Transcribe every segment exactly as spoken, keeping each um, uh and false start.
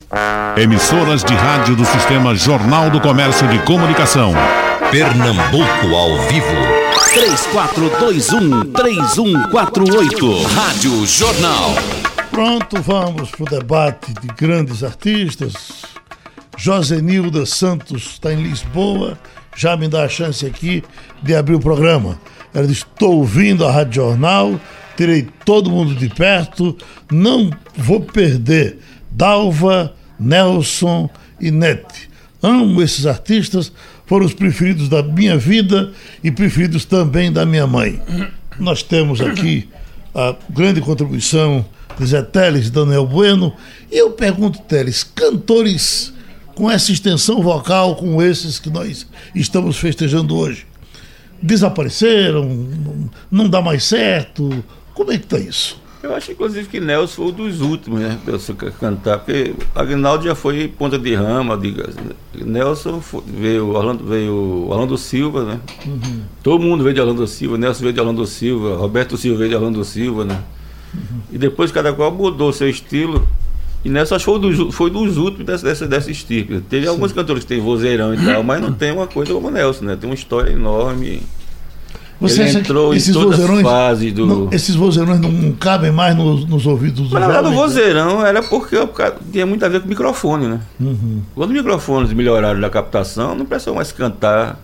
Emissoras de rádio do Sistema Jornal do Comércio de Comunicação. Pernambuco ao vivo. três quatro dois um, três um quatro oito. Rádio Jornal. Pronto, vamos para o debate de grandes artistas. Josenilda Santos está em Lisboa, já me dá a chance aqui de abrir o programa. Ela diz: estou ouvindo a Rádio Jornal, terei todo mundo de perto, não vou perder Dalva, Nelson e Nete. Amo esses artistas, foram os preferidos da minha vida e preferidos também da minha mãe. Nós temos aqui a grande contribuição de Zé Teles e Daniel Bueno. E eu pergunto, Teles, cantores com essa extensão vocal, como esses que nós estamos festejando hoje, desapareceram? Não, não dá mais certo? Como é que está isso? Eu acho, inclusive, que Nelson foi um dos últimos, né, a cantar, porque Aguinaldo já foi ponta de rama, diga, Nelson foi, veio, Orlando, veio Orlando Silva, né? Uhum. Todo mundo veio de Orlando Silva, Nelson veio de Orlando Silva, Roberto Silva veio de Orlando Silva, né? Uhum. E depois cada qual mudou seu estilo, e Nelson acho que foi dos, foi dos últimos dessa, dessa, dessa estirpe. Teve Sim. alguns cantores que tem vozeirão e tal, mas não tem uma coisa como o Nelson, né? Tem uma história enorme. Você Ele acha entrou que esses em todas vozeirões, as fases do... não, esses vozeirões não, não cabem mais nos, nos ouvidos dos jovens? Na verdade, o vozeirão era porque tinha muito a ver com o microfone, né? Uhum. Quando os microfones melhoraram da captação, não precisava mais cantar.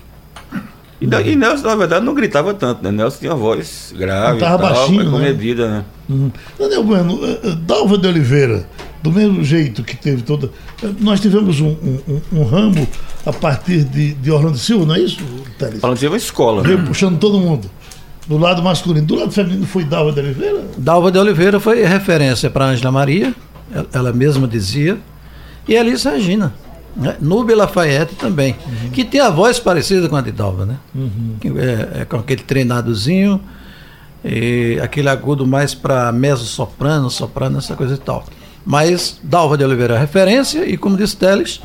E, uhum. e Nelson, na verdade, não gritava tanto, né? Nelson tinha uma voz grave, e tal, baixinho, mas né? comedida, né? Uhum. Daniel Bueno, Dalva de Oliveira, do mesmo jeito que teve toda... Nós tivemos um, um, um ramo a partir de, de Orlando Silva, não é isso, Teles? Orlando Silva é escola, Veio né? puxando todo mundo. Do lado masculino. Do lado feminino foi Dalva de Oliveira? Dalva de Oliveira foi referência para Ângela Maria, ela mesma dizia, e Elis Regina. Né? Núbia Lafayette também, uhum. que tem a voz parecida com a de Dalva, né? Uhum. É, é com aquele treinadozinho, e aquele agudo mais para mezzo-soprano, soprano, essa coisa e tal. Mas Dalva de Oliveira é referência, e como disse Teles,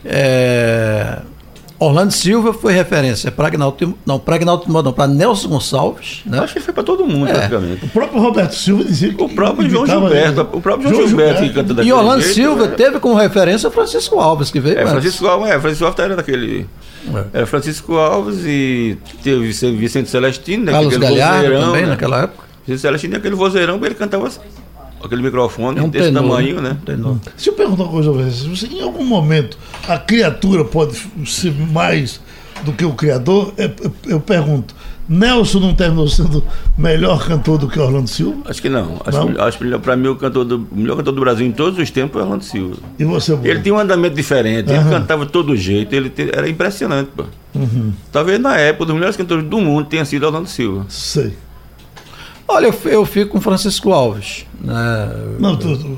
é, Orlando Silva foi referência para Agnaldo, não, para Agnaldo não, para Nelson Gonçalves, né? Acho que foi para todo mundo, é. praticamente. O próprio Roberto Silva dizia que o próprio João Gilberto, ele. o próprio João, João Gilberto, Gilberto que canta daquele E Orlando jeito, Silva é. teve como referência Francisco Alves, que veio. É, Francisco Alves, é, Francisco Alves era daquele. É. Era Francisco Alves e teve Vicente Celestino, né? Carlos Galhardo vozeirão, também, né? naquela época. Vicente Celestino, aquele vozeirão, ele cantava assim. Aquele microfone é um desse tenor, tamanho, né? Tenor. Se eu perguntar uma coisa a você, você, em algum momento a criatura pode ser mais do que o criador, eu, eu pergunto, Nelson não terminou sendo melhor cantor do que Orlando Silva? Acho que não. Acho, não? Que, acho que para mim o, cantor do, o melhor cantor do Brasil em todos os tempos é Orlando Silva. E você, Bruno? Ele tinha um andamento diferente, uhum. ele cantava de todo jeito, ele te, era impressionante, pô. Uhum. Talvez na época dos melhores cantores do mundo tenha sido Orlando Silva. Sei. Olha, eu, eu fico com Francisco Alves. Né? Não, tu, tu,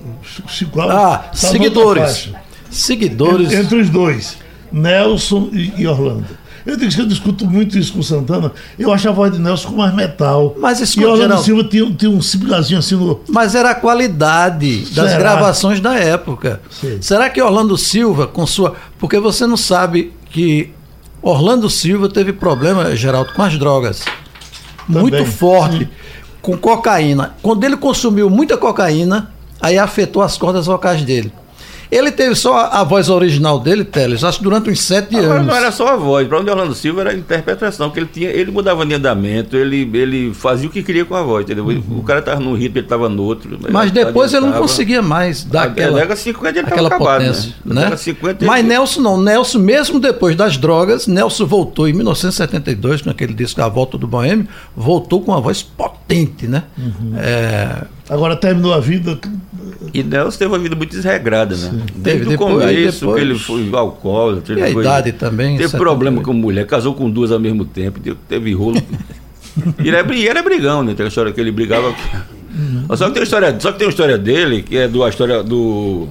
Chico Alves. Ah, tá seguidores. Seguidores. Entre, entre os dois, Nelson e, e Orlando. Eu digo que eu discuto muito isso com o Santana. Eu acho a voz de Nelson com mais metal. Mas e Orlando Geraldo, Silva tinha, tinha um cigarzinho assim no. Mas era a qualidade das Será? gravações da época. Sei. Será que Orlando Silva, com sua. Porque você não sabe que Orlando Silva teve problema, Geraldo, com as drogas. Também. Muito forte. Sim. Com cocaína. Quando ele consumiu muita cocaína, aí afetou as cordas vocais dele. Ele teve só a, a voz original dele, Teles, acho que durante uns sete Agora anos. Não era só a voz, para onde Orlando Silva era a interpretação, porque ele tinha, ele mudava de andamento, ele, ele fazia o que queria com a voz, entendeu? Uhum. O cara estava num ritmo, ele estava no outro. Mas depois ele não conseguia mais dar a, aquela, a cinquenta ele aquela acabado, potência. Né? Né? cinquenta Mas ele... Nelson não, Nelson mesmo depois das drogas, Nelson voltou em mil novecentos e setenta e dois, com aquele disco A Volta do Boêmio, voltou com uma voz potente, né? Uhum. É... Agora terminou a vida... E Nelson teve uma vida muito desregrada, né? Sim. Desde o depois, começo, depois... que ele foi alcoólatra. E a foi, idade também. Teve problema com mulher, casou com duas ao mesmo tempo, teve rolo. E ele era, era brigão, né? Tem a história que ele brigava. Uhum. Só, que tem uma história, só que tem uma história dele, que é do, a história do.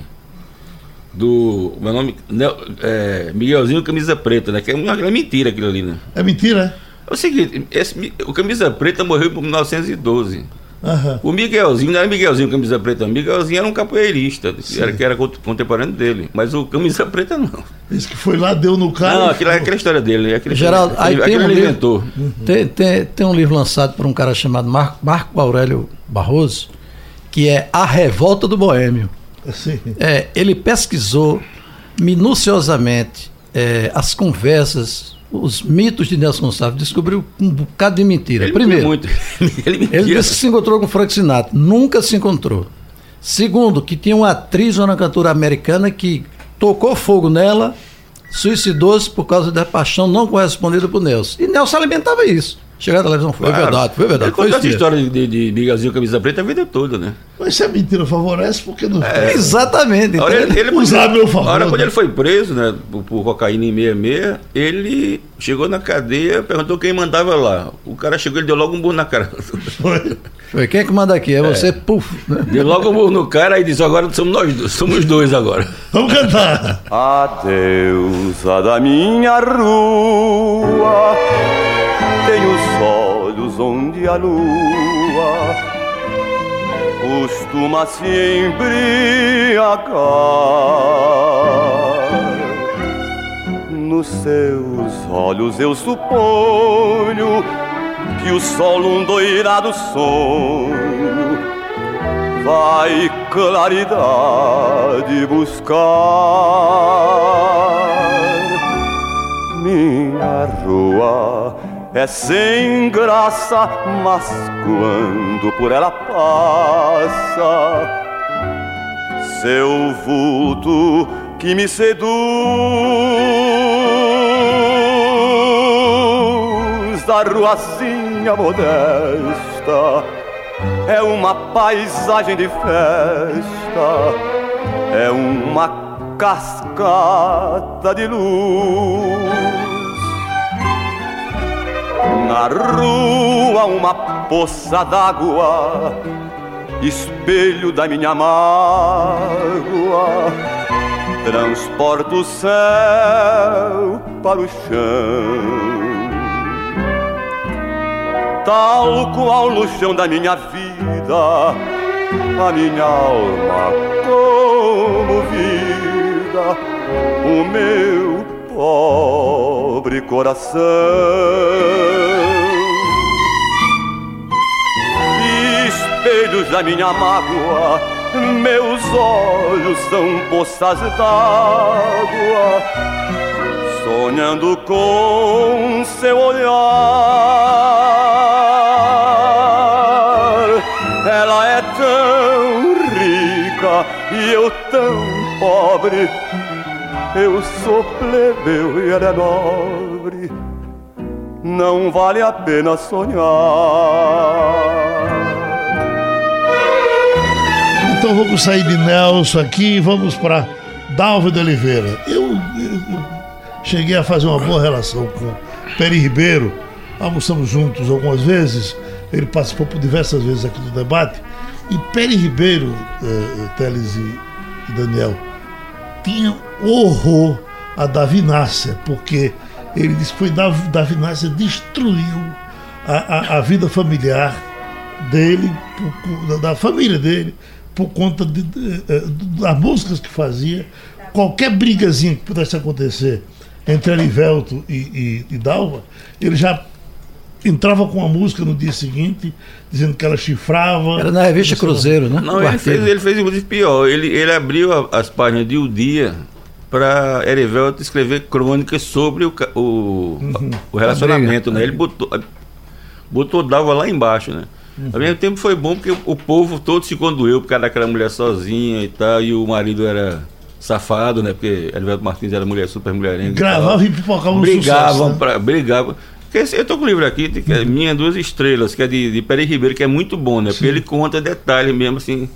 Do. Meu nome. É, Miguelzinho Camisa Preta, né? Que é uma é mentira aquilo ali, né? É mentira? É o seguinte, esse, o Camisa Preta morreu em mil novecentos e doze. Uhum. O Miguelzinho, não era Miguelzinho Camisa Preta, o Miguelzinho era um capoeirista, que era, que era contemporâneo dele, mas o Camisa Preta não. Esse que foi lá, deu no cara. Não, aquilo é aquela história dele. Aquele Geraldo, aí aquele, tem aquele um ele livro, inventou. Uhum. Tem, tem, tem um livro lançado por um cara chamado Marco, Marco Aurélio Barroso, que é A Revolta do Boêmio. Sim. É, ele pesquisou minuciosamente é, as conversas, os mitos de Nelson Gonçalves, descobriu um bocado de mentira. Ele Primeiro, muito. ele, mentia. ele disse que se encontrou com Frank Sinatra, nunca se encontrou. Segundo, que tinha uma atriz, uma cantora americana que tocou fogo nela, suicidou-se por causa da paixão não correspondida por Nelson. E Nelson alimentava isso. Chegar na televisão, foi Claro. verdade, foi verdade. Ele Foi contou essa isso. história de, de Miguelzinho Camisa Preta a vida toda, né? Mas se a mentira favorece, por que não É, exatamente. A hora Então, ele, ele, usar a meu favor, a hora quando né? ele foi preso, né, por, por cocaína em sessenta e seis, ele chegou na cadeia, perguntou quem mandava lá. O cara chegou, ele deu logo um burro na cara. Foi. Foi quem é que manda aqui? É você, puf. Né? Deu logo um burro no cara e disse, agora somos nós dois, somos dois agora. Vamos cantar. A deusa da minha rua tem os olhos onde a lua costuma se embriagar. Nos seus olhos eu suponho que o sol num doirado sonho vai claridade buscar. Minha rua é sem graça, mas quando por ela passa, seu vulto que me seduz, da ruazinha modesta, é uma paisagem de festa, é uma cascata de luz. Na rua uma poça d'água, espelho da minha mágoa, transporta o céu para o chão. Tal qual no chão da minha vida, a minha alma comovida, o meu pobre coração. Espelhos da minha mágoa, meus olhos são poças d'água, sonhando com seu olhar. Ela é tão rica e eu tão pobre, eu sou plebeu e ela é nobre, não vale a pena sonhar. Então vamos sair de Nelson aqui e vamos para Dalva de Oliveira. Eu, eu, eu cheguei a fazer uma boa relação com Peri Ribeiro, almoçamos juntos algumas vezes, ele participou por diversas vezes aqui do debate, e Peri Ribeiro, eh, Teles e, e Daniel, tinha horror a Davinácia, porque ele disse que foi Dav, Davinácia destruiu a, a, a vida familiar dele, por, da família dele, por conta de, de, de, das músicas que fazia. Qualquer brigazinha que pudesse acontecer entre Erivelto e, e, e Dalva, ele já entrava com a música no dia seguinte, dizendo que ela chifrava. Era na revista Cruzeiro, né? Não, ele fez, ele fez inclusive pior. Ele, ele abriu a, as páginas de O Dia para Erivelto escrever crônicas sobre o, o, uhum. o relacionamento, né? Ele botou, botou Dalva lá embaixo, né? Uhum. Ao mesmo tempo foi bom porque o povo todo se condoeu por causa daquela mulher sozinha e tal, e o marido era safado, né? Porque Erivelto Martins era mulher super mulherenga. Gravava e pipocava um brigavam sucesso, né? pra, brigavam. Porque eu tô com o livro aqui, que é Minha Duas Estrelas, que é de, de Peri Ribeiro, que é muito bom, né? Porque Sim. ele conta detalhes mesmo, assim,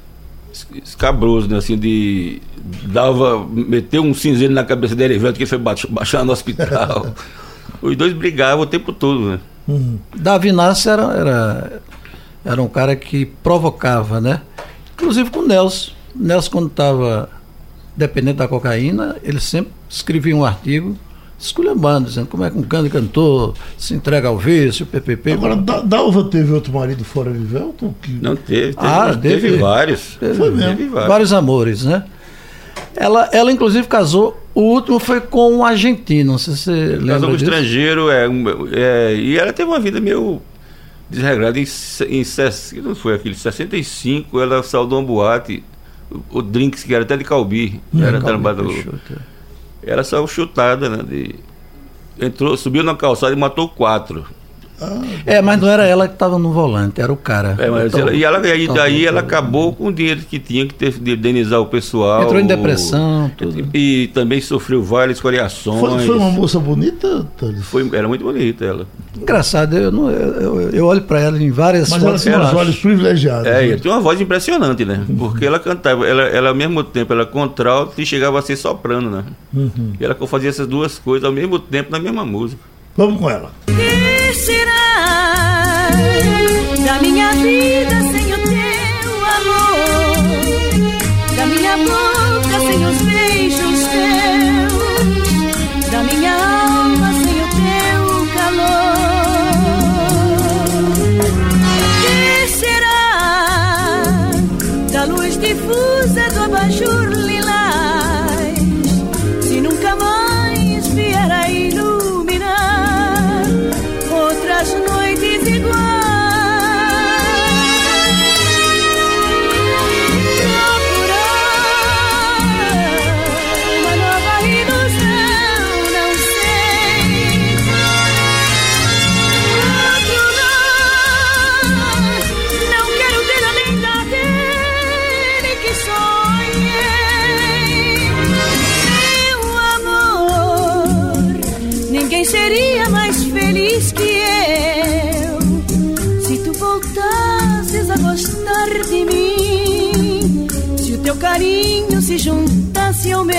escabroso, né? Assim, de... Dava... Meteu um cinzeiro na cabeça dele, Erivelto, que ele foi baixar, baixar no hospital. Os dois brigavam o tempo todo, né? Uhum. Davi Nassi era, era, era um cara que provocava, né? Inclusive com o Nelson. Nelson, quando estava dependente da cocaína, ele sempre escrevia um artigo esculhambando, dizendo como é que um grande cantor se entrega ao vício, P P P. Agora, Dalva teve outro marido fora de Erivelto? Que... Não teve, teve, ah, teve, teve vários. Teve, foi mesmo. Teve vários. vários amores, né? Ela, ela inclusive casou, o último foi com um argentino, não sei se você lembra Casou com disso. estrangeiro, é, é, e ela teve uma vida meio desregrada. Em, em, não foi aquele, sessenta e cinco, ela saudou uma boate o drinks que era até de calbi, Hum, era calbi, trabalho, chuta. era só chutada, né? De, entrou, subiu na calçada e matou quatro. É, mas não era ela que estava no volante, era o cara. É, mas Então, ela, e ela, e então, daí ela então, acabou com o dinheiro que tinha que ter de indenizar o pessoal. Entrou em depressão, tudo. E, e também sofreu várias escoriações. Foi, foi uma moça bonita, Thales? Foi, era muito bonita ela. Engraçado, eu, não, eu, eu, eu olho para ela em várias Mas ela fotos. tinha eu os acho. olhos privilegiados. É, né? e tinha uma voz impressionante, né? Porque ela cantava, ela, ela ao mesmo tempo, ela contralto e chegava a ser soprano, né? Uhum. E ela fazia essas duas coisas ao mesmo tempo na mesma música. Vamos com ela. Que será da minha vida sem o teu amor? Da minha boca sem os beijos teus? Da minha alma sem o teu calor? Que será da luz difusa do abajur lilás? Se nunca mais vier a iluminar outras noites iguais, procurar uma nova ilusão, não sei, outro lar, não quero ter além daquele que sonhei. Meu amor, ninguém seria mais feliz que eu se tu voltasses a gostar de mim, se o teu carinho se juntasse ao meu.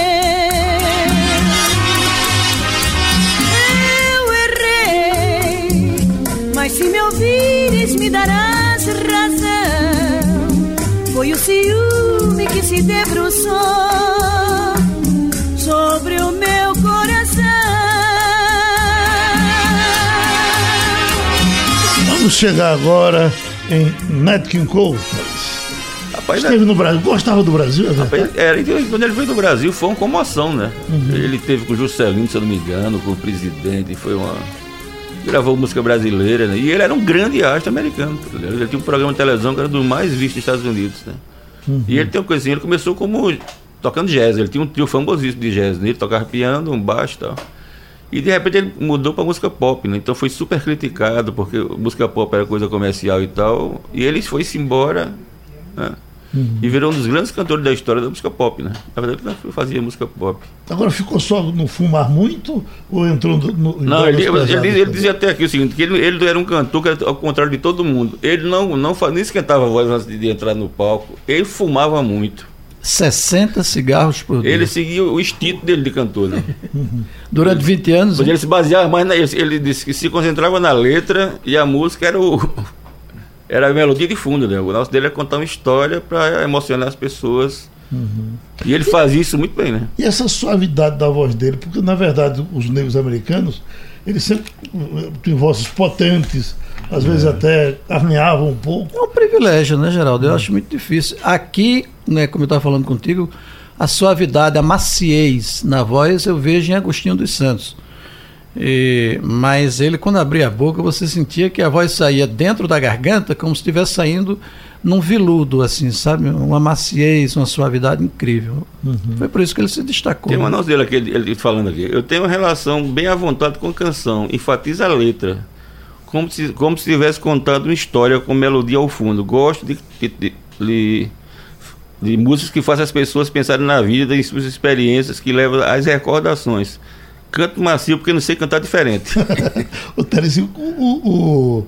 Eu errei, mas se me ouvires me darás razão. Foi o ciúme que se debruçou sobre o meu coração. Vamos chegar agora em Nat King Cole. Rapaz, Esteve no Brasil, gostava do Brasil, é verdade? rapaz, era, então, quando ele veio do Brasil foi uma comoção, né? Ele teve com o Juscelino, se eu não me engano, com o presidente, foi uma... Gravou música brasileira, né? E ele era um grande astro americano. Ele, ele tinha um programa de televisão que era dos mais vistos dos Estados Unidos, né? E ele tem uma coisinha, ele começou como tocando jazz, ele tinha um trio famosíssimo de jazz, né? Ele tocava piano, um baixo e tal. E de repente ele mudou para música pop, né? Então foi super criticado, porque música pop era coisa comercial e tal. E ele foi-se embora, né? Uhum. E virou um dos grandes cantores da história da música pop, né? Na verdade ele não fazia música pop. Agora ficou só no fumar muito ou entrou no... no Não, ele, ele, ele, ele dizia até aqui o seguinte, que ele, ele era um cantor que era ao contrário de todo mundo. Ele não, não nem esquentava a voz antes de entrar no palco. Ele fumava muito. sessenta cigarros por dia. Ele seguia o instinto dele de cantor, né? Durante vinte anos. Mas ele se baseava mais na... Ele, ele disse que se concentrava na letra e a música era o... Era a melodia de fundo, né? O nosso dele era contar uma história para emocionar as pessoas. Uhum. E ele fazia isso muito bem, né? E essa suavidade da voz dele, porque na verdade os negros americanos, eles sempre têm vozes potentes, às é. vezes até arneavam um pouco. É um privilégio, né, Geraldo? Eu uhum. acho muito difícil. Aqui, né, como eu estava falando contigo, a suavidade, a maciez na voz eu vejo em Agostinho dos Santos. E, mas ele, quando abria a boca, você sentia que a voz saía dentro da garganta como se estivesse saindo num veludo, assim, sabe? Uma maciez, uma suavidade incrível. Uhum. Foi por isso que ele se destacou. Tem uma nota dele aqui, ele falando aqui. Eu tenho uma relação bem à vontade com a canção, enfatiza a letra, como se, como se tivesse contado uma história com melodia ao fundo. Gosto de, de, de, de, de músicas que fazem as pessoas pensarem na vida, em suas experiências, que levam às recordações. Canto macio porque não sei cantar diferente. O Terezinho, o, o,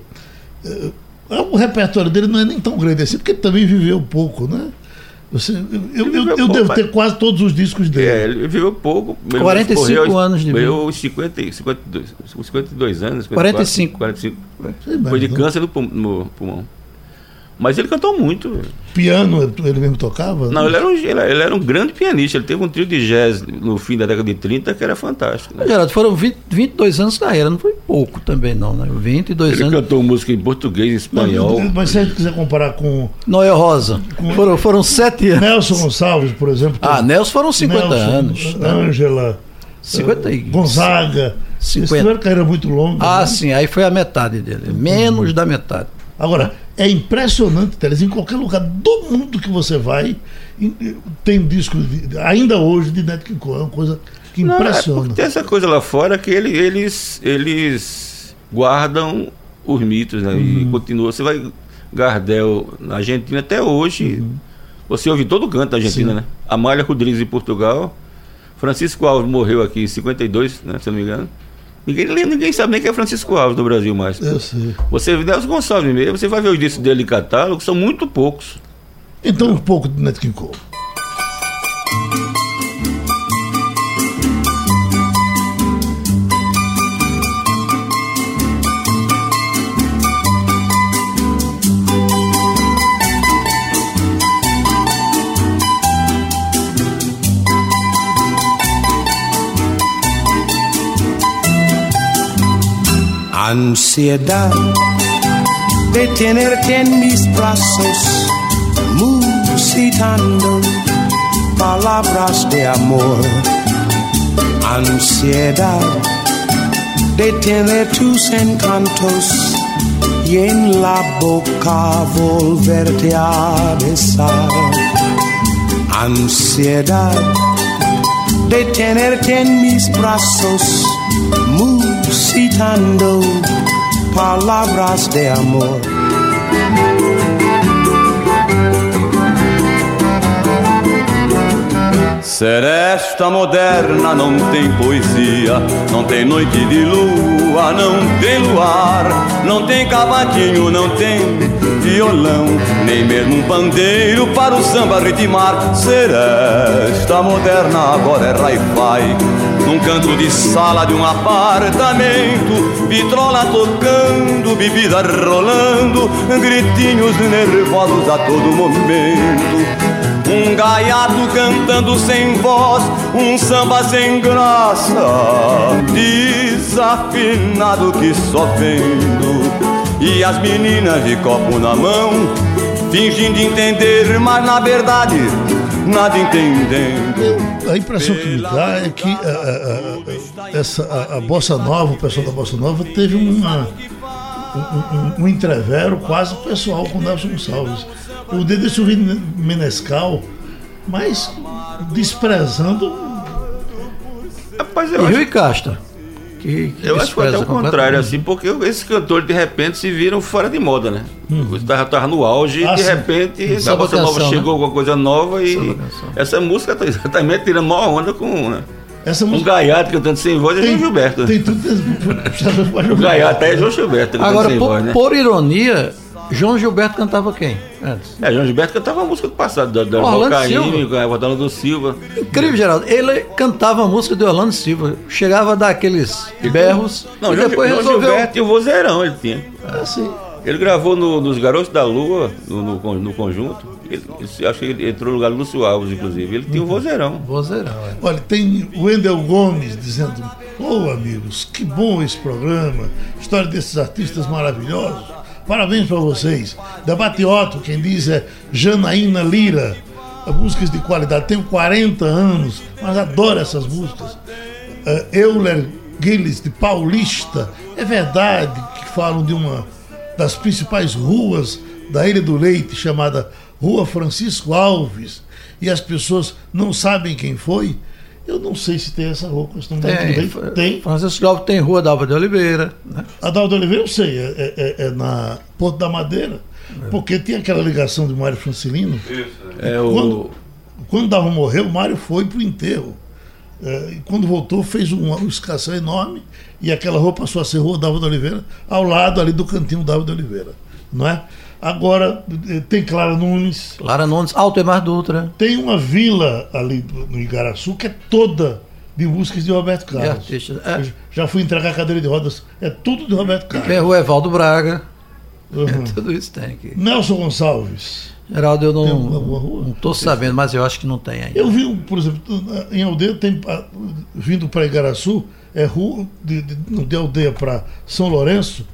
o, o repertório dele não é nem tão grande assim, porque ele também viveu pouco, né? Você, eu eu, eu pouco, devo ter quase todos os discos dele. É, ele viveu pouco. Ele quarenta e cinco morreu, anos de vida. Morreu cinquenta, cinquenta e dois, cinquenta e dois anos. quarenta e cinco. quarenta e cinco. Foi de câncer no pulmão. Mas ele cantou muito. Piano ele mesmo tocava? Não, ele era, um, ele era um grande pianista. Ele teve um trio de jazz no fim da década de trinta que era fantástico. Né? Geraldo, foram vinte, vinte e dois anos de carreira, não foi pouco também não, né? vinte e dois ele anos. Ele cantou música em português, em espanhol. Mas, mas se a gente quiser comparar com... Noel Rosa, com... foram, foram sete anos. Nelson Gonçalves, por exemplo. Ah, Nelson foram cinquenta Nelson, anos. Ângela, cinquenta e... Gonzaga. cinquenta. Eles tiveram carreira muito longa. Ah, né? sim, aí foi a metade dele, menos uhum. da metade. Agora, É impressionante, Teles, em qualquer lugar do mundo que você vai, tem disco, de, ainda hoje, de Nat King Cole. É uma coisa que impressiona. Não, é tem essa coisa lá fora que ele, eles, eles guardam os mitos, né? Uhum. E continua. Você vai Gardel na Argentina até hoje. Uhum. Você ouve todo o canto da Argentina, sim, né? Amália Rodrigues em Portugal. Francisco Alves morreu aqui em cinquenta e dois, né? Se eu não me engano. Ninguém, ninguém sabe nem quem é Francisco Alves no Brasil mais. Eu sei. Você vê Nelson Gonçalves mesmo, você vai ver os discos dele em catálogo, são muito poucos. Então, um pouco de Nat King Cole. Ansiedad de tenerte en mis brazos, musitando palabras de amor. Ansiedad de tener tus encantos y en la boca volverte a besar. Ansiedad de tenerte en mis brazos, musitando palabras de amor. Seresta moderna não tem poesia, não tem noite de lua, não tem luar, não tem cavaquinho, não tem violão, nem mesmo um pandeiro para o samba ritmar. Seresta moderna agora é Rai-Fai, num canto de sala de um apartamento, vitrola tocando, bebida rolando, gritinhos nervosos a todo momento. Um gaiato cantando sem voz, um samba sem graça, desafinado que só vendo, e as meninas de copo na mão, fingindo entender, mas na verdade nada entendendo. A impressão que me dá é que a, a, a, essa, a, a Bossa Nova, o pessoal da Bossa Nova teve uma, um, um, um entrevero quase pessoal com o Nelson Gonçalves. O Dedê Silvino Menescal, mas desprezando. Rapaz, eu e acho... Rui Castro. Que, que eu acho que foi até o contrário, assim, porque esses cantores de repente se viram fora de moda, né? Hum. Estava tava no auge e ah, de sim. repente a Bossa Nova chegou, né? Alguma coisa nova e essa música tá exatamente tirando maior onda com. Né? Essa um música... gaiato cantando sem voz é João Gilberto. Tem tudo. O gaiato é João Gilberto. Agora, sem por, voz, né? por ironia, João Gilberto cantava quem antes? É, João Gilberto cantava a música do passado, da, da Bocaíne, com a Orlando Silva. Incrível, Geraldo. Ele cantava a música de Orlando Silva, chegava a dar aqueles berros. Não, e João, depois João resolveu... Gilberto e o vozeirão ele tinha. Ah, sim. Ele gravou no, nos Garotos da Lua, no, no, no conjunto. Ele, ele, acho que ele entrou no lugar do Lúcio Alves, inclusive. Ele tinha um vozeirão. Vozeirão, é. Olha, tem o Wendel Gomes dizendo: ô oh, amigos, que bom esse programa, história desses artistas maravilhosos. Parabéns para vocês. Debate Otto, quem diz é Janaína Lira. Músicas de qualidade. Tenho quarenta anos, mas adoro essas músicas. Uh, Euler Gilles, de Paulista. É verdade que falam de uma das principais ruas da Ilha do Leite, chamada Rua Francisco Alves, e as pessoas não sabem quem foi? Eu não sei se tem essa rua. Tem, tem. Francisco Alves tem Rua Dalva de Oliveira, né? A Dalva de Oliveira eu sei, é, é, é na Porto da Madeira, é. Porque tem aquela ligação de Mário Francilino. Isso, é. Quando, o... quando Dalva morreu, o Mário foi pro enterro. É, e quando voltou, fez uma, uma escassão enorme, e aquela rua passou a ser Rua Dalva de Oliveira, ao lado ali do cantinho Dalva de Oliveira, não é? Agora tem Clara Nunes. Clara Nunes, Altemar Dutra. Tem uma vila ali no Igaraçu que é toda de músicas de Roberto Carlos. Artista, é. Já fui entregar a cadeira de rodas, é tudo de Roberto Carlos. Tem o Evaldo Braga. Uhum. É, tudo isso tem aqui. Nelson Gonçalves. Geraldo, eu não não estou sabendo, mas eu acho que não tem ainda. Eu vi, por exemplo, em Aldeia tem, vindo para Igaraçu, é rua de, de, de Aldeia para São Lourenço,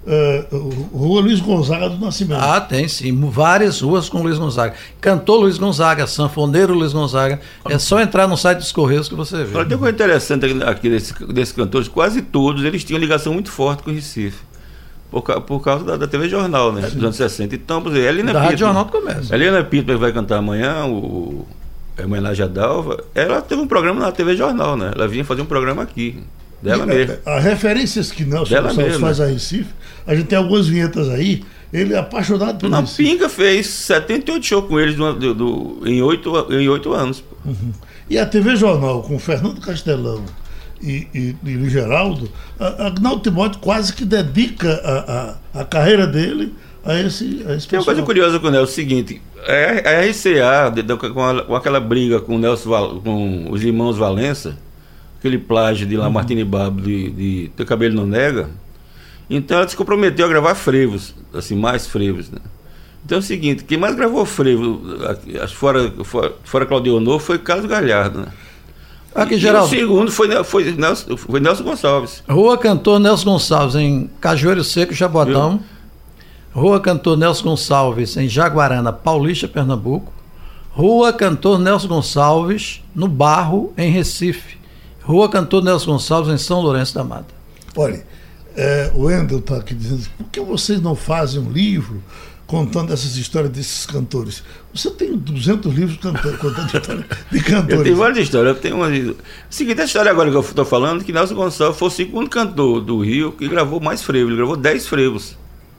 uh, Rua Luiz Gonzaga do Nascimento. Ah, tem sim, várias ruas com Luiz Gonzaga. Cantor Luiz Gonzaga, sanfoneiro Luiz Gonzaga. É só entrar no site dos Correios que você vê. Olha, tem uma coisa interessante aqui, aqui desses desse cantores, quase todos eles tinham ligação muito forte com o Recife. por, por causa da, da T V Jornal, né? Dos anos sessenta. Então, por exemplo, Helena Da Pinto. Rádio Jornal do Comércio. Helena Pinto que vai cantar amanhã, o, a homenagem a Dalva, ela teve um programa na T V Jornal, né? Ela vinha fazer um programa aqui, dela mesma. As referências que Nelson Dela Gonçalves mesma. faz a Recife, a gente tem algumas vinhetas aí, ele é apaixonado por Não, Recife. Pinga fez setenta e oito shows com eles do, do, do, em oito em oito anos. Pô. Uhum. E a T V Jornal, com Fernando Castelão e, e, e Luiz Geraldo, a Agnaldo Timóteo quase que dedica a, a, a carreira dele a esse, a esse Tem uma pessoal. coisa curiosa com o Nelson, é o seguinte, a R C A, de- de- com, a- com aquela briga com, o Nelson, Val- com os irmãos Valença, aquele plágio de Lamartine Babo de, de Teu Cabelo Não Nega, então ela se comprometeu a gravar frevos, assim, mais frevos, né? Então é o seguinte, quem mais gravou frevo, aqui, acho que fora, fora, fora Claudio Honor, foi Carlos Galhardo, né? Aqui, E Geraldo. o segundo foi, Nel- foi, Nelson, foi Nelson Gonçalves. Rua Cantor Nelson Gonçalves, em Cajueiro Seco, Jabotão. Rua Cantor Nelson Gonçalves, em Jaguarana, Paulista, Pernambuco. Rua Cantor Nelson Gonçalves, no Barro, em Recife. Rua Cantor Nelson Gonçalves, em São Lourenço da Mata. Olha, é, o Wendel está aqui dizendo, por que vocês não fazem um livro contando essas histórias desses cantores? Você tem duzentos livros cantando, contando história de cantores. Eu tenho várias histórias. Eu tenho uma. Seguinte, a história agora que eu estou falando, que Nelson Gonçalves foi o segundo cantor do Rio que gravou mais frevos. Ele gravou dez frevos.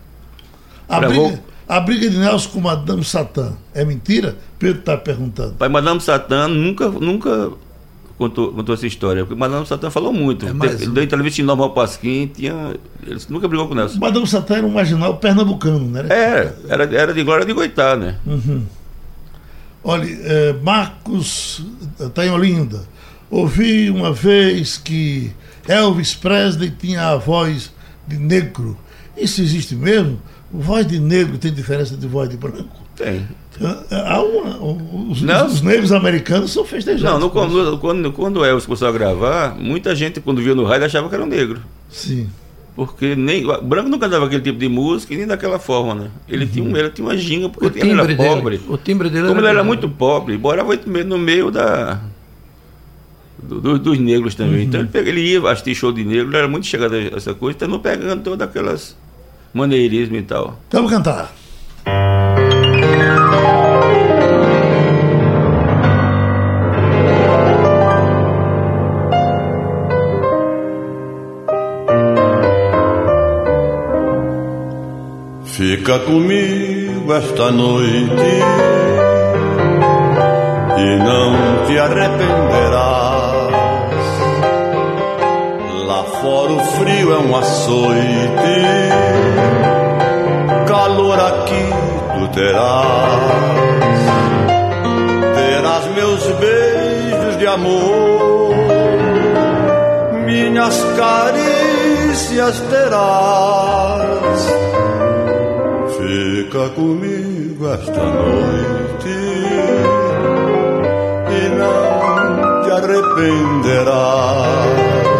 A Gravou- briga, a briga de Nelson com Madame Satã é mentira? Pedro está perguntando. Pai Madame Satã nunca, nunca contou, contou essa história, porque Madame Satã falou muito. É mais Ele um. deu entrevista em Normal Pasquim, tinha. Ele nunca brigou com o Nelson. Madame Satã era um marginal pernambucano, né? É, era, era de Glória de Goitá, né? Olha, é, Marcos está em Olinda. Ouvi uma vez que Elvis Presley tinha a voz de negro. Isso existe mesmo? Voz de negro tem diferença de voz de branco? Tem. Há uma, os, Não. os negros americanos são festejados. Não, no, com isso. quando, quando, quando o Elvis começou a gravar, muita gente, quando viu no rádio, achava que era um negro. Sim. Porque nem, o branco não cantava aquele tipo de música e nem daquela forma, né? Ele, tinha, um, ele tinha uma ginga, porque O ele era timbre pobre. dele. O timbre dele Como ele era grande. muito pobre, morava no meio da. do- do- dos negros também. Então ele, pega- ele ia assistir show de negro, ele era muito chegado a essa coisa, então não pegando todas aquelas maneirismo e tal. Vamos cantar. Fica comigo esta noite e não te arrependerás. Lá fora o frio é um açoite, calor aqui tu terás. Terás meus beijos de amor, minhas carícias terás. Fica comigo esta noite e não te arrependerás.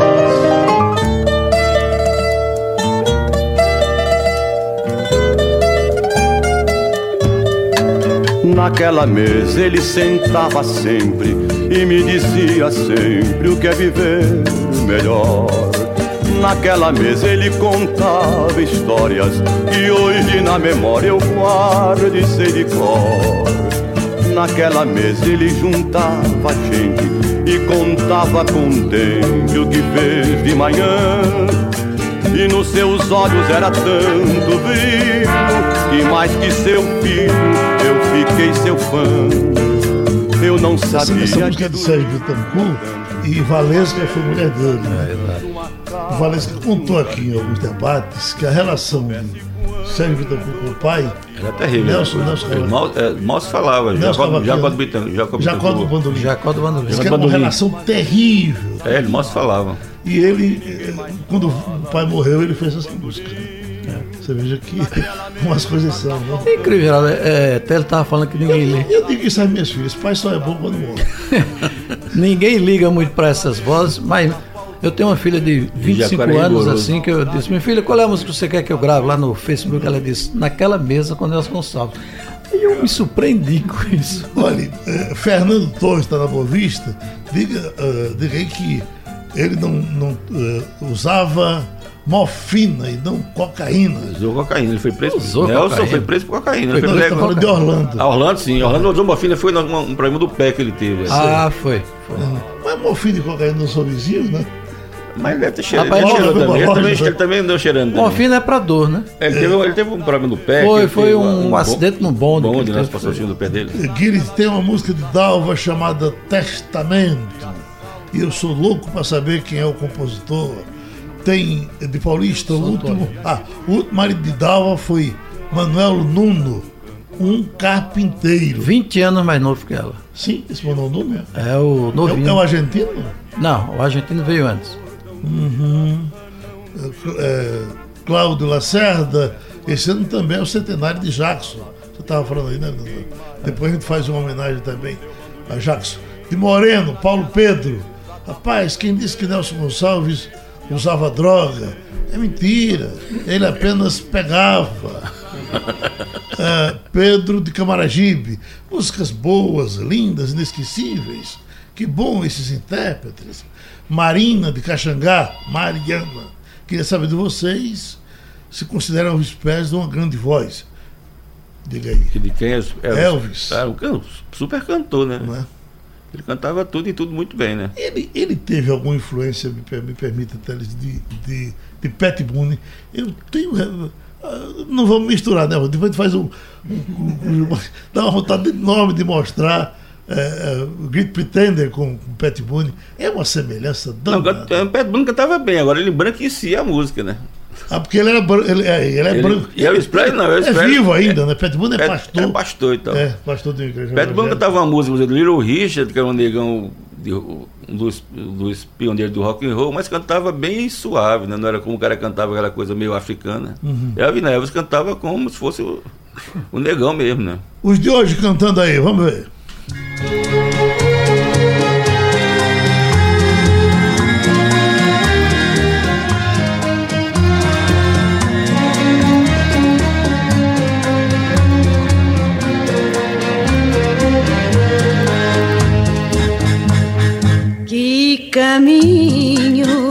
Naquela mesa ele sentava sempre e me dizia sempre o que é viver melhor. Naquela mesa ele contava histórias que hoje na memória eu guardo e sei de cor. Naquela mesa ele juntava gente e contava contente o que fez de manhã. E nos seus olhos era tanto brilho que mais que seu filho eu fiquei seu fã. Eu não Essa, sabia essa música é que de Sérgio Bittencourt e Valesca foi mulher dele. Né? O Valesca contou aqui em alguns debates que a relação de Sérgio Bittencourt com o pai, Era terrível. Nelson, Nelson Ele mal, é, mal se falava. Nelson Jacob, Cavaquinho, Jacob né? Bittencourt. Jacob Jacó do Bittencourt. Bandolim. Jacó do Bandolim. Diz que era uma Bandolim. relação terrível. É, ele mal se falava. E ele, eh, quando o pai morreu, ele fez essa música. Né? Você veja que umas coisas são. Né? É incrível, Geraldo. É, até ele estava falando que ninguém liga. Eu digo isso às minhas filhas: pai só é bom quando morre. Ninguém liga muito para essas vozes, mas eu tenho uma filha de vinte e cinco Jacareí anos, Rigoroso. assim, que eu disse, minha filha, qual é a música que você quer que eu grave lá no Facebook? Ela disse, Naquela Mesa com Nelson Gonçalves. E eu me surpreendi com isso. Olha, eh, Fernando Torres está na Boa Vista. Diga, eh, diga aí que ele não, não uh, usava morfina e não cocaína. Usou cocaína, ele foi preso. Usou Nelson cocaína. foi preso por cocaína. Foi, Ele não, foi ele tá falando de Orlando. Ah, Orlando, sim. Orlando usou morfina, foi um, um problema do pé que ele teve. Ah, foi. foi. Mas morfina e cocaína não são vizinhos, né? Mas ele deve ter cheirado. Rapaz, Ele, cheirou logo, também. Ele, logo, também, logo. ele também andou cheirando. também. Morfina é pra dor, né? Ele teve, ele teve um problema no pé. Foi, que foi teve um, bom- acidente no bonde. que bonde, ele né? teve. Passou o fio do pé dele. Guilherme, tem uma música de Dalva chamada Testamento. E eu sou louco para saber quem é o compositor. Tem de Paulista, o último. Ah, o último marido de Dalva foi Manuel Nuno, um carpinteiro. vinte anos mais novo que ela. Sim, esse Manuel Nuno é, É o é, novinho. é o argentino? Não, o argentino veio antes. É, Cláudio Lacerda. Esse ano também é o centenário de Jackson. Você estava falando aí, né? Depois a gente faz uma homenagem também a Jackson. De Moreno, Paulo Pedro. Rapaz, quem disse que Nelson Gonçalves usava droga? É mentira. Ele apenas pegava. É, Pedro de Camaragibe. Músicas boas, lindas, inesquecíveis. Que bom esses intérpretes. Marina de Caxangá, Mariana. Queria saber de vocês se consideram os pés de uma grande voz. Diga aí. Que de quem é Elvis? Elvis. Ah, um can- super cantor, né? Não é? Ele cantava tudo e tudo muito bem, né? Ele, ele teve alguma influência, me, per- me permita, Teles, de, de, de Pat Boone. Eu tenho. eh, ah, Não vamos misturar, né? Depois a gente faz um. um- um- um- dá uma vontade enorme de mostrar eh, eh, o Great Pretender com, com Pat Boone. É uma semelhança Não, danada. o Pat Boone cantava bem, agora ele embranquecia a música, né? Ah, porque ele, era, bran- ele, é, ele é Ele- branco. e Elvis Presley não, Elvis é Presley- vivo ainda, né? Pat Boone é, pastor. É pastor e tal. É, pastor de uma igreja. Pat Boone evangélica. cantava uma música, por exemplo, Little Richard, que era um negão, de- um dos, dos pioneiros do rock and roll, mas cantava bem suave, né? Não era como o cara cantava aquela coisa meio africana. Uhum. Elvis, né? Elvis cantava como se fosse o, o negão mesmo, né? Os de hoje cantando aí, vamos ver. Que caminho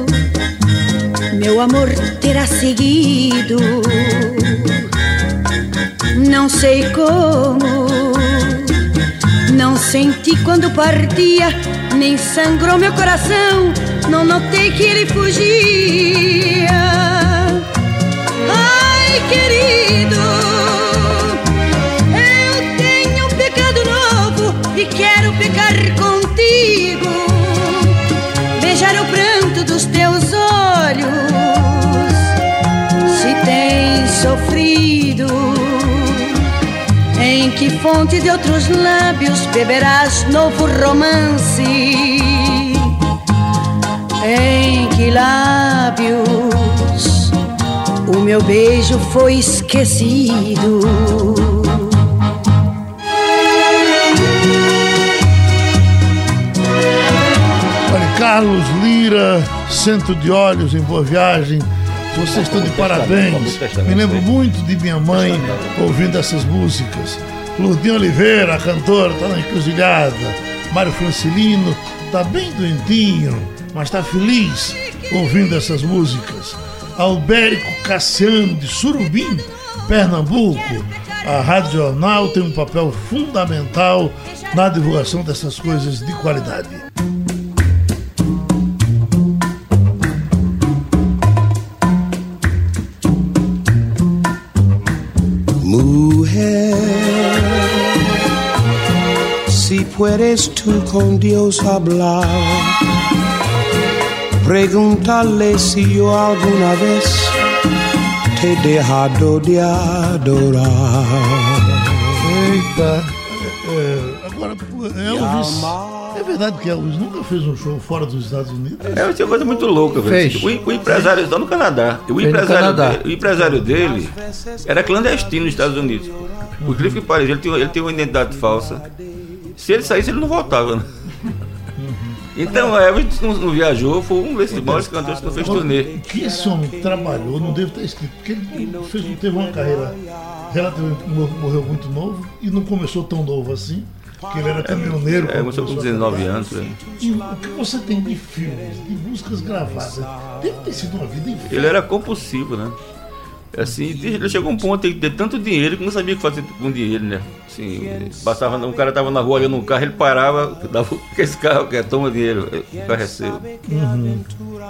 meu amor terá seguido? Não sei como, não senti quando partia, nem sangrou meu coração, não notei que ele fugia. Ai, querido, eu tenho um pecado novo e quero pecar contigo, beijar o pranto dos teus olhos, se tens sofrido. Em que fonte de outros lábios beberás novo romance? Em que lábios o meu beijo foi esquecido? Olha, Carlos Lira, Centro de Olhos em Boa Viagem. Vocês estão de parabéns. Me lembro muito de minha mãe ouvindo essas músicas. Lourdinha Oliveira, a cantora, está na encruzilhada. Mário Francilino está bem doentinho, mas está feliz ouvindo essas músicas. Albérico Cassiano, de Surubim, Pernambuco. A Rádio Jornal tem um papel fundamental na divulgação dessas coisas de qualidade. Mujer, si puedes tú con Dios hablar, pregúntale si yo alguna vez te he dejado de adorar. Eita, é, agora Elvis, é verdade que Elvis nunca fez um show fora dos Estados Unidos? É uma coisa muito louca, Fez. velho. O, o empresário está no Canadá. O no empresário, Canadá. dele, o empresário dele era clandestino nos Estados Unidos. Por incrível que pareça, ele tinha, ele tinha uma identidade falsa. Se ele saísse, ele não voltava, né? Então, a Elvis não, não viajou, foi um desses maiores cantores que não fez turnê. O que esse homem trabalhou, não deve estar escrito, porque ele fez, teve uma carreira relativamente, morreu muito novo e não começou tão novo assim. que ele era caminhoneiro. É, começou com dezenove anos. Né? E o que você tem de filmes, de músicas gravadas? Deve ter sido uma vida inferno. Ele era compulsivo, né? Assim, ele chegou a um ponto de ter tanto dinheiro que não sabia o que fazer com dinheiro, né? Assim, passava, um cara estava na rua olhando um carro, ele parava, dava esse carro que toma dinheiro, o carro é seu. Uhum.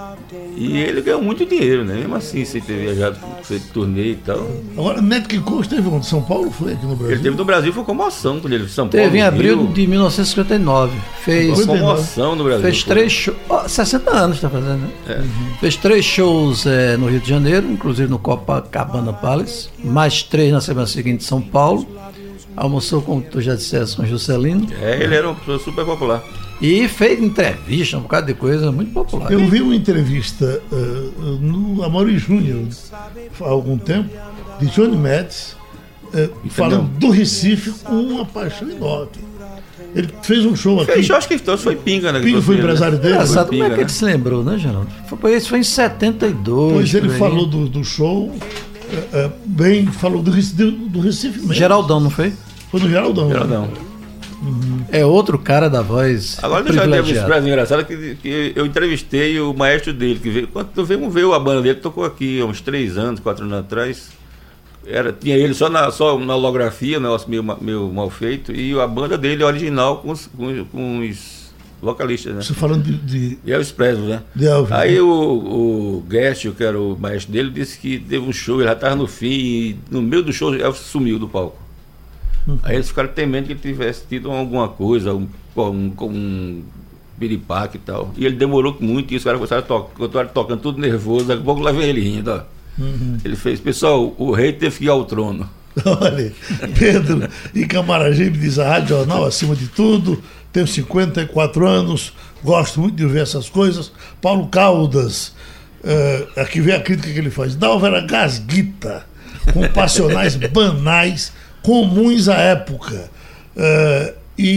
E ele ganhou muito dinheiro, né? Mesmo assim, sem ter viajado, feito turnê e tal. Agora, Neto King Cole esteve onde? São Paulo foi aqui no Brasil? Ele teve no Brasil, foi comoção quando ele foi São Paulo. Teve em abril Rio. de mil novecentos e cinquenta e nove. Fez foi comoção no Brasil. Fez três shows. Oh, sessenta anos está fazendo, né? É. Uhum. Fez três shows é, no Rio de Janeiro, inclusive no Copacabana Palace. Mais três na semana seguinte em São Paulo. Almoçou, como tu já disseste, com Juscelino. É, ele era uma pessoa super popular. E fez entrevista, um bocado de coisa muito popular. Eu vi uma entrevista uh, no Amaury Júnior há algum tempo, de Johnny Mads, uh, falando do Recife com uma paixão enorme. Ele fez um show aqui. Eu acho que então foi Pinga, né? Pinga foi o empresário dele. Engraçado, como é que ele se lembrou, né, Geraldo? Foi, isso foi em setenta e dois. Pois ele falou do, do show, uh, uh, bem, falou do, do, do Recife mesmo. Geraldão, não foi? Foi no Geraldão. Geraldão. Né? Uhum. É outro cara da voz. Agora deixa eu ter uma surpresa engraçada que, que eu entrevistei o maestro dele, que veio, quando veio, veio a banda dele, tocou aqui há uns três anos, quatro anos atrás. Era, tinha ele só na, só na holografia, negócio meio, meio mal feito, e a banda dele original com os, com, com os vocalistas, né? Você falando de, de... de Elvis Presley, né? De Elvis, Aí né? o, o Guest, que era o maestro dele, disse que teve um show, ele já estava no fim, e no meio do show Elvis sumiu do palco. Uhum. Aí eles ficaram temendo que ele tivesse tido alguma coisa, um, um, um piripaque e tal. E ele demorou muito, e os caras começaram a tocar, tocando tudo nervoso, daqui a pouco lá vem ele rindo, ó. Uhum. Ele fez, pessoal, o rei teve que ir ao trono. Olha, Pedro e Camaragibe diz a Rádio Jornal acima de tudo, tenho cinquenta e quatro anos, gosto muito de ver essas coisas. Paulo Caldas, uh, aqui vem a crítica que ele faz. Dalva era gasguita, com passionais banais, comuns à época. Uh,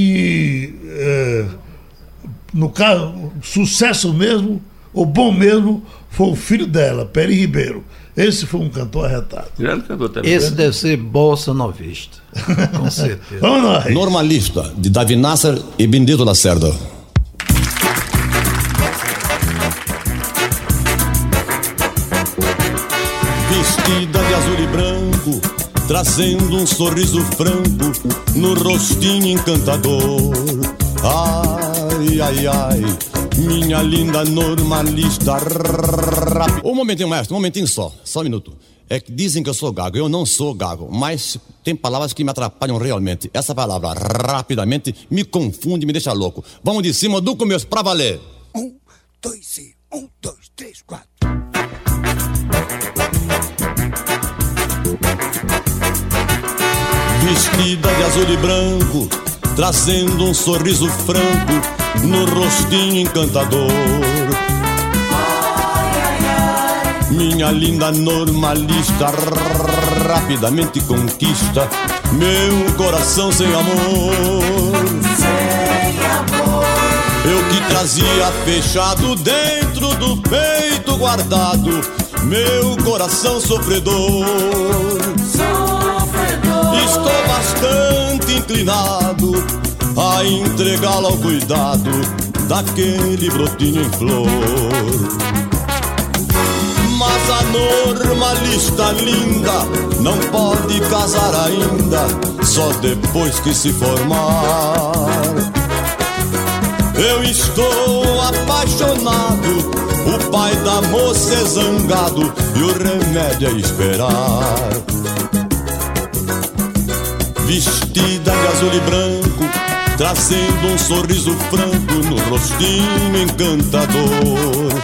e, uh, no caso, sucesso mesmo, o bom mesmo, foi o filho dela, Peri Ribeiro. Esse foi um cantor arretado. Grande cantor também. Esse deve ser bolsa novista. Com certeza. Vamos nós. Normalista, de Davi Nasser e Benedito Lacerda. Vestida de azul e branco, trazendo um sorriso franco no rostinho encantador. Ai, ai, ai, minha linda normalista rápida. Um momentinho, maestro, um momentinho só, só um minuto. É que dizem que eu sou gago, eu não sou gago, mas tem palavras que me atrapalham realmente. Essa palavra, rapidamente, me confunde, me deixa louco. Vamos de cima do começo, pra valer. Um, dois e um, dois, três, quatro. Vestida de azul e branco, trazendo um sorriso franco no rostinho encantador. Minha linda normalista rapidamente conquista meu coração sem amor. Sem amor. Eu que trazia fechado dentro do peito guardado meu coração sofredor. Sofredor. Estou bastante inclinado a entregá-la ao cuidado daquele brotinho em flor. Mas a normalista linda não pode casar ainda, só depois que se formar. Eu estou apaixonado, o pai da moça é zangado e o remédio é esperar. Vestida de azul e branco, trazendo um sorriso franco no rostinho encantador.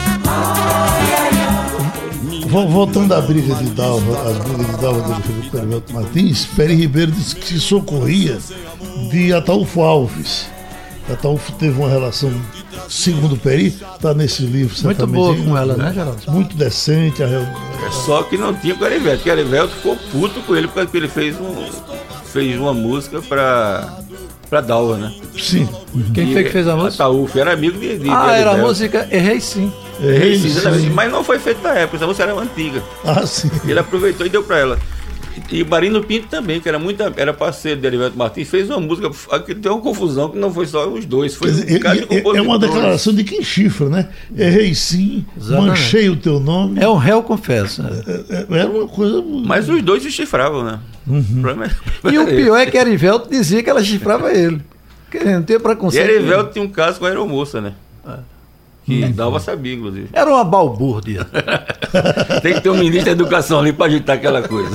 Voltando à briga de Dalva, as brigas de Dalva do Felipe Perivelto Martins, Peri Ribeiro disse que se socorria de Ataúfo Alves. Ataúfo teve uma relação, segundo Peri, está nesse livro. Muito boa com ela, né, Geraldo? Muito decente. A... É só que não tinha o Carivelto, porque o Carivelto ficou puto com ele porque ele fez, um, fez uma música para pra Dalva, né? Sim. Quem e foi que fez a música? Ataúfo, era amigo de, de Ah, de era a música Errei Sim. Errei Sim, sim. Mas não foi feita na época, essa música era antiga. Ah, sim. E ele aproveitou e deu pra ela. E Marino Pinto também, que era muita, era parceiro de Erivelto Martins, fez uma música que tem uma confusão, que não foi só os dois, foi dizer, um cara de é, é uma declaração de quem chifra, né? Errei sim, exatamente. Manchei o teu nome. É um réu confesso. É, é, era uma coisa... Mas os dois se chifravam, né? Uhum. O problema é... E o pior é que Erivelto dizia que ela chifrava ele. Que não tinha preconceito. E Erivelto tinha um caso com a aeromoça, né? É. Que hum. Dalva sabia, inclusive. Era uma balbúrdia. Tem que ter um ministro da educação ali para agitar aquela coisa.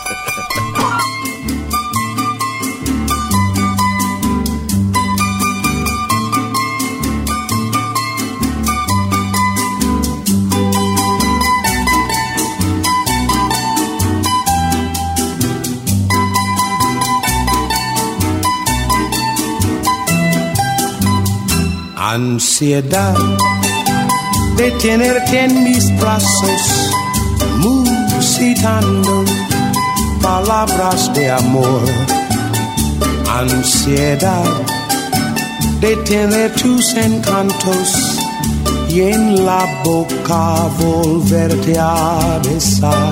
Ansiedad de tenerte en mis brazos, musitando palabras de amor. Ansiedad de tener tus encantos y en la boca volverte a besar.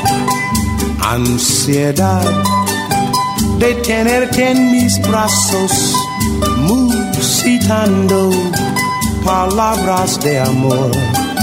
Ansiedad de tenerte en mis brazos, musitando palabras de amor.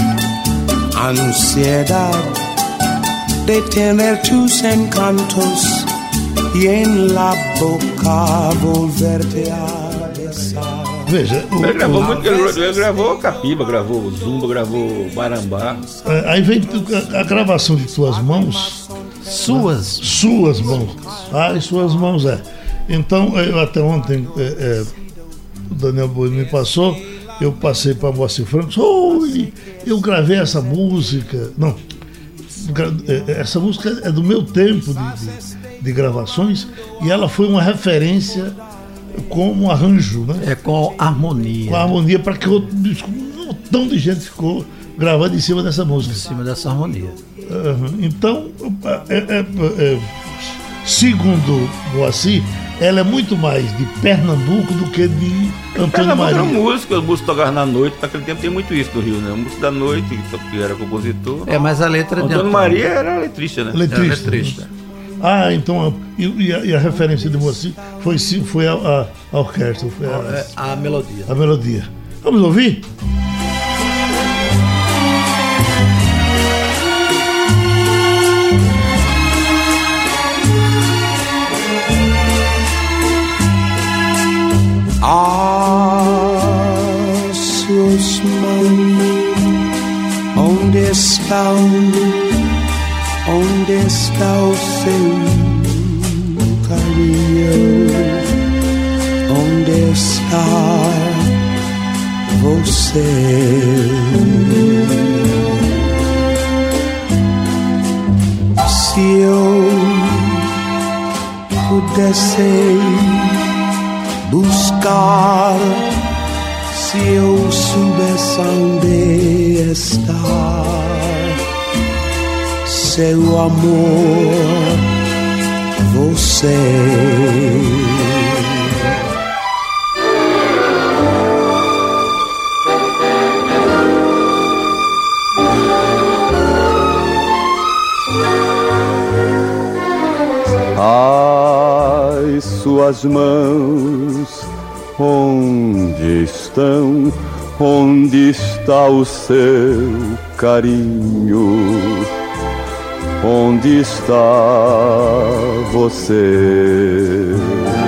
Ansiedad de tener tus encantos y en la boca volverte a besar. Veja, o, ele gravou o, muito, ele, ele gravou Capiba, gravou Zumba, gravou Marambá. Aí vem a, a gravação de Tuas Mãos. Suas. Suas mãos. Ah, e Suas Mãos, é. Então, eu até ontem, é, é, o Daniel Boi me passou, eu passei para Moacir Franco, oh, eu gravei essa música. Não, essa música é do meu tempo de, de, de gravações e ela foi uma referência com um arranjo, né? É, com harmonia. Com harmonia, para que outro, um montão de gente ficou gravando em cima dessa música. Em cima dessa harmonia. Uhum. Então, é, é, é, segundo Moacir, ela é muito mais de Pernambuco do que de Antônio Maria. Era música, música tocar na noite, naquele tempo tem muito isso no Rio, né? Música da noite, que era compositor. É, mas a letra Antônio de Maria era letrista, né? Letrista. Era letrista. Ah, então, e, e, a, e a referência de Moacir foi, foi a, a, a orquestra, foi a, a, a melodia. A melodia. Vamos ouvir? Ah, suas mãos, onde estão, onde está o seu carinho, onde está você? Se eu pudesse buscar, se eu soubesse onde está seu amor, você. Ai, suas mãos, onde estão? Onde está o seu carinho? Onde está você?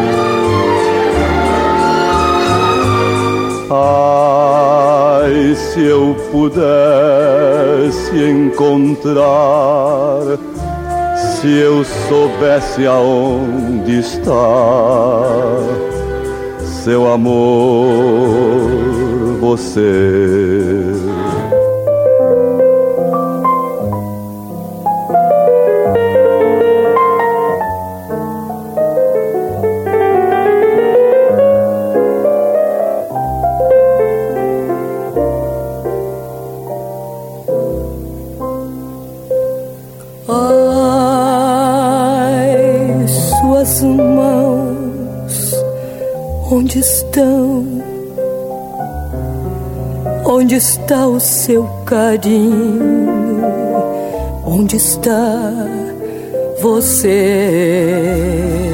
Ai, se eu pudesse encontrar, se eu soubesse aonde está seu amor, você. Ai, suas mãos, onde estão? Onde está o seu carinho? Onde está você.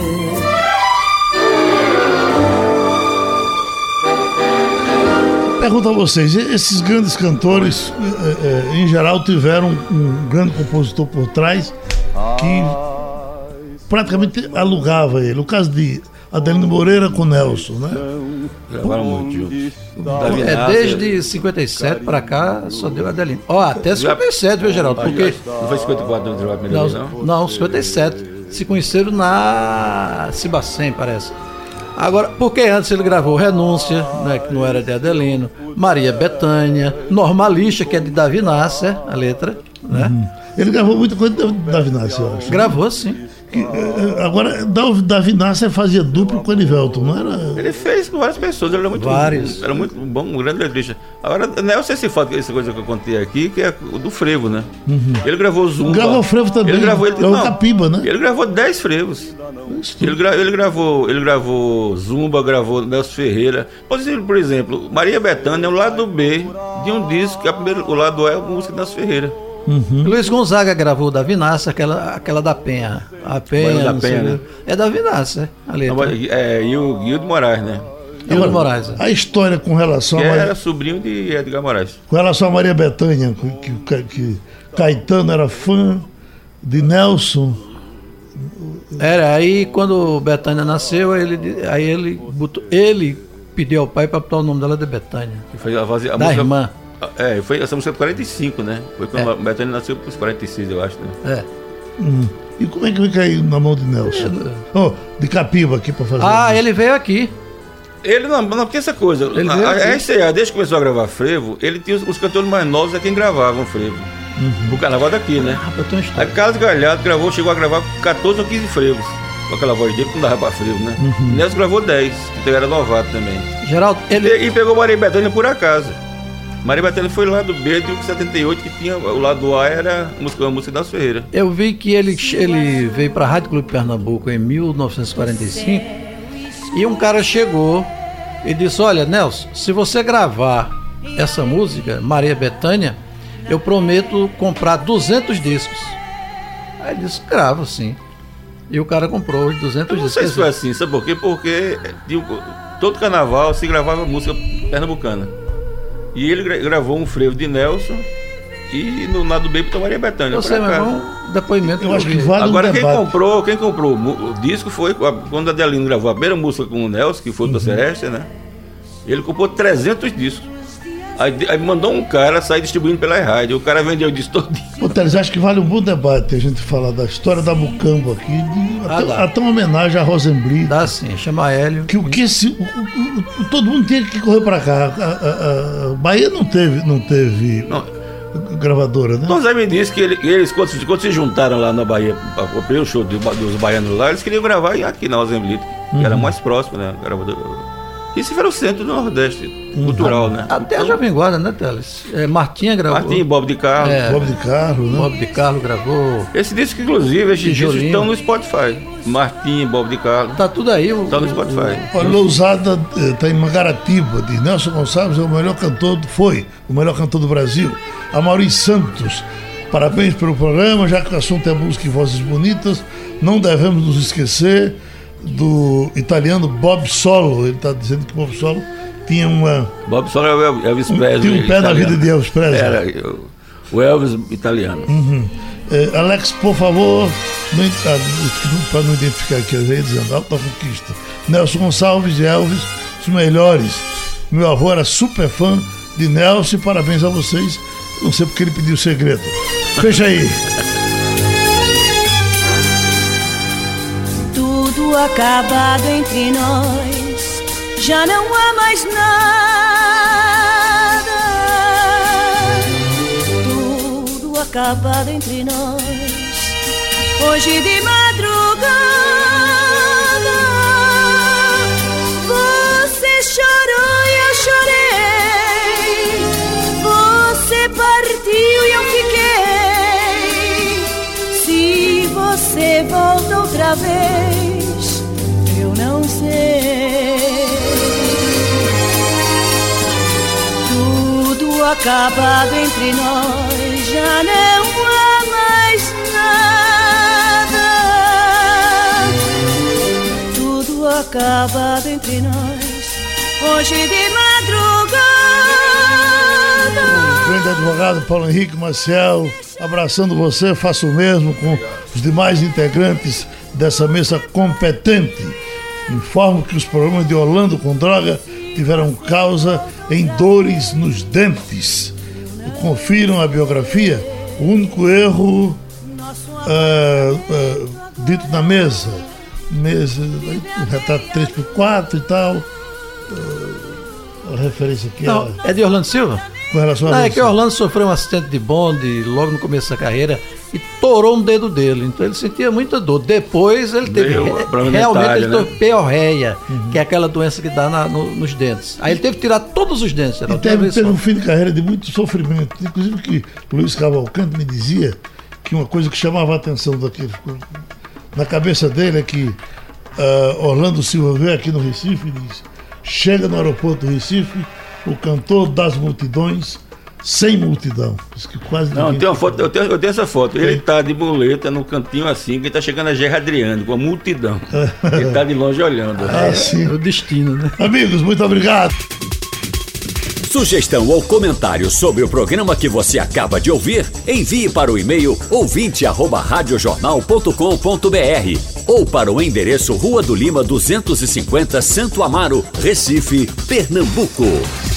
Pergunto a vocês, esses grandes cantores, eh, eh, em geral, tiveram um grande compositor por trás que praticamente alugava ele. O caso de Adelino Moreira com Nelson, né? Gravaram muito juntos. É, desde cinquenta e sete pra cá, só deu Adelino. Ó, até cinquenta e sete, viu, Geraldo? Porque... Não foi cinquenta e quatro não gravaram a primeira vez, não? Não, cinquenta e sete. Se conheceram na Cibacém, parece. Agora, porque antes ele gravou Renúncia, né, que não era de Adelino, Maria Bethânia, Normalista, que é de Davi Nasser, a letra, né? Uhum. Ele gravou muita coisa de Davi Nasser, eu acho. Gravou, sim. Que, agora, Davi Nasser fazia duplo com o Anivelton, não era? Ele fez com várias pessoas, ele era muito, Vários. Era muito bom, um grande letrista. Agora, Nelson, esse fato, essa coisa que eu contei aqui, que é o do frevo, né? Uhum. Ele gravou Zumba. Gravou frevo também. Ele gravou ele, é o Capiba, né? Ele gravou dez frevos. Ele, gra, ele, gravou, ele gravou Zumba, gravou Nelson Ferreira. Por exemplo, Maria Bethânia é o lado B de um disco, que é o, primeiro, o lado A é a música de Nelson Ferreira. Uhum. Luiz Gonzaga gravou Davi Nasser, aquela, aquela da Penha. A Penha, da Penha, né? É Davi Nasser, a letra. Não, é, e o Guilherme Moraes, né? Guilherme Moraes. É. A história com relação que a Maria... era sobrinho de Edgar Moraes. Com relação a Maria Bethânia, que, que, que Caetano era fã de Nelson. Era, aí quando Bethânia nasceu, ele, aí ele, botou, ele pediu ao pai para botar o nome dela de Bethânia. Que foi a, a, a da música, irmã. É, foi essa música de quarenta e cinco, né? Foi quando é. a Bethânia nasceu por quarenta e seis, eu acho, né? É. Hum. E como é que vai cair na mão de Nelson? É. Oh, de Capiba aqui para fazer. Ah, isso. Ele veio aqui. Ele não, não tem essa coisa. Ele a, a R C A, desde que começou a gravar frevo, ele tinha os, os cantores mais novos é quem gravavam frevo. Uhum. O carnaval daqui, né? Ah, a Carlos Galhardo gravou, chegou a gravar catorze ou quinze frevos. Com aquela voz dele que não dava pra frevo, né? Uhum. Nelson gravou dez, que era novato também. Geraldo, ele... E, e pegou Maria Bethânia por acaso. Maria Bethânia foi lá do B de setenta e oito, que tinha o lado A era música, a música da Ferreira. Eu vi que ele, ele veio para a Rádio Clube Pernambuco em mil novecentos e quarenta e cinco e um cara chegou e disse: olha, Nelson, se você gravar essa música, Maria Bethânia, eu prometo comprar duzentos discos. Aí ele disse: gravo, sim. E o cara comprou os duzentos discos. Não sei se foi assim, sabe por quê? Porque todo carnaval se gravava música pernambucana. E ele gra- gravou um frevo de Nelson e no lado B botou Maria Bethânia. Eu sei, mas um depoimento. Eu acho que vale Agora um quem debate. comprou, quem comprou o disco foi quando a Adelino gravou a primeira música com o Nelson, que foi do uhum. Celeste, né? Ele comprou trezentos discos. Aí, aí mandou um cara sair distribuindo pela rádio. O cara vendeu o disco todinho. Ô, Teles, acho que vale um bom debate a gente falar da história da Mucambo aqui, de, ah, até, até uma homenagem a Rosenblit. Dá sim, chama Hélio. Que o que se, o, o, o, todo mundo tinha que correr pra cá. A, a, a Bahia não teve, não teve não. gravadora, né? Então Zé me disse que ele, eles, quando, quando se juntaram lá na Bahia, o primeiro show dos, dos baianos lá, eles queriam gravar aqui na Rosenblit, que uhum. era mais próximo, né? Gravadora. Isso era o centro do Nordeste, uhum. cultural, né? Até então, a Jovem Guarda, né, Teles? É, Martinha gravou. Martinha, Bob de Carlo. É, Bob de Carlo, né? Bob de Carlo gravou. Esse disco, inclusive, esses discos estão no Spotify. Martinha, Bob de Carlo. Tá tudo aí. O, tá no Spotify. O, o Lousada está em Mangaratiba, de Nelson Gonçalves, é o melhor cantor, foi o melhor cantor do Brasil. Amaury Santos, parabéns pelo programa, já que o assunto é música e vozes bonitas, não devemos nos esquecer do italiano Bob Solo. Ele está dizendo que Bob Solo tinha uma... Bob Solo é o Elvis Presley. Tinha um pé italiano. Na vida de Elvis Presley. Era o Elvis italiano. Uhum. É, Alex, por favor, para não identificar aqui, eu já ia dizendo, Alta Conquista. Nelson Gonçalves e Elvis, os melhores. Meu avô era super fã de Nelson, parabéns a vocês. Não sei porque ele pediu o segredo. Fecha aí. Tudo acabado entre nós, já não há mais nada. Tudo acabado entre nós, hoje de madrugada. Você chorou e eu chorei, você partiu e eu fiquei. Se você volta outra vez, eu não sei. Tudo acabado entre nós, já não há mais nada. acabado entre nós, hoje de madrugada. O grande advogado Paulo Henrique Maciel, abraçando você, faço o mesmo com os demais integrantes dessa mesa competente. Informo que os problemas de Orlando com droga tiveram causa em dores nos dentes. Confiram a biografia. O único erro uh, uh, dito na mesa, mesa retrato três por quatro e tal. Uh, a referência aqui Não, é de Orlando Silva? Com relação a Não, é que Orlando sofreu um acidente de bonde logo no começo da carreira e torou um dedo dele, então ele sentia muita dor. Depois ele teve Deu, re, realmente ele né? teve peorreia, uhum. que é aquela doença que dá na, no, nos dentes. Aí ele teve que tirar todos os dentes. E teve, teve um fim de carreira de muito sofrimento. Inclusive que Luiz Cavalcante me dizia que uma coisa que chamava a atenção daquele, na cabeça dele é que uh, Orlando Silva veio aqui no Recife e diz: chega no aeroporto do Recife o cantor das multidões sem multidão. Isso que quase não, tem uma foto, eu tenho, eu tenho essa foto. Ele está de muleta no cantinho assim, que ele está chegando a Gerra Adriano, com a multidão. Ele está de longe olhando. Ah, é, sim. É o destino, né? Amigos, muito obrigado. Sugestão ou comentário sobre o programa que você acaba de ouvir, envie para o e-mail ouvinte arroba radiojornal ponto com ponto br ou para o endereço Rua do Lima duzentos e cinquenta, Santo Amaro, Recife, Pernambuco.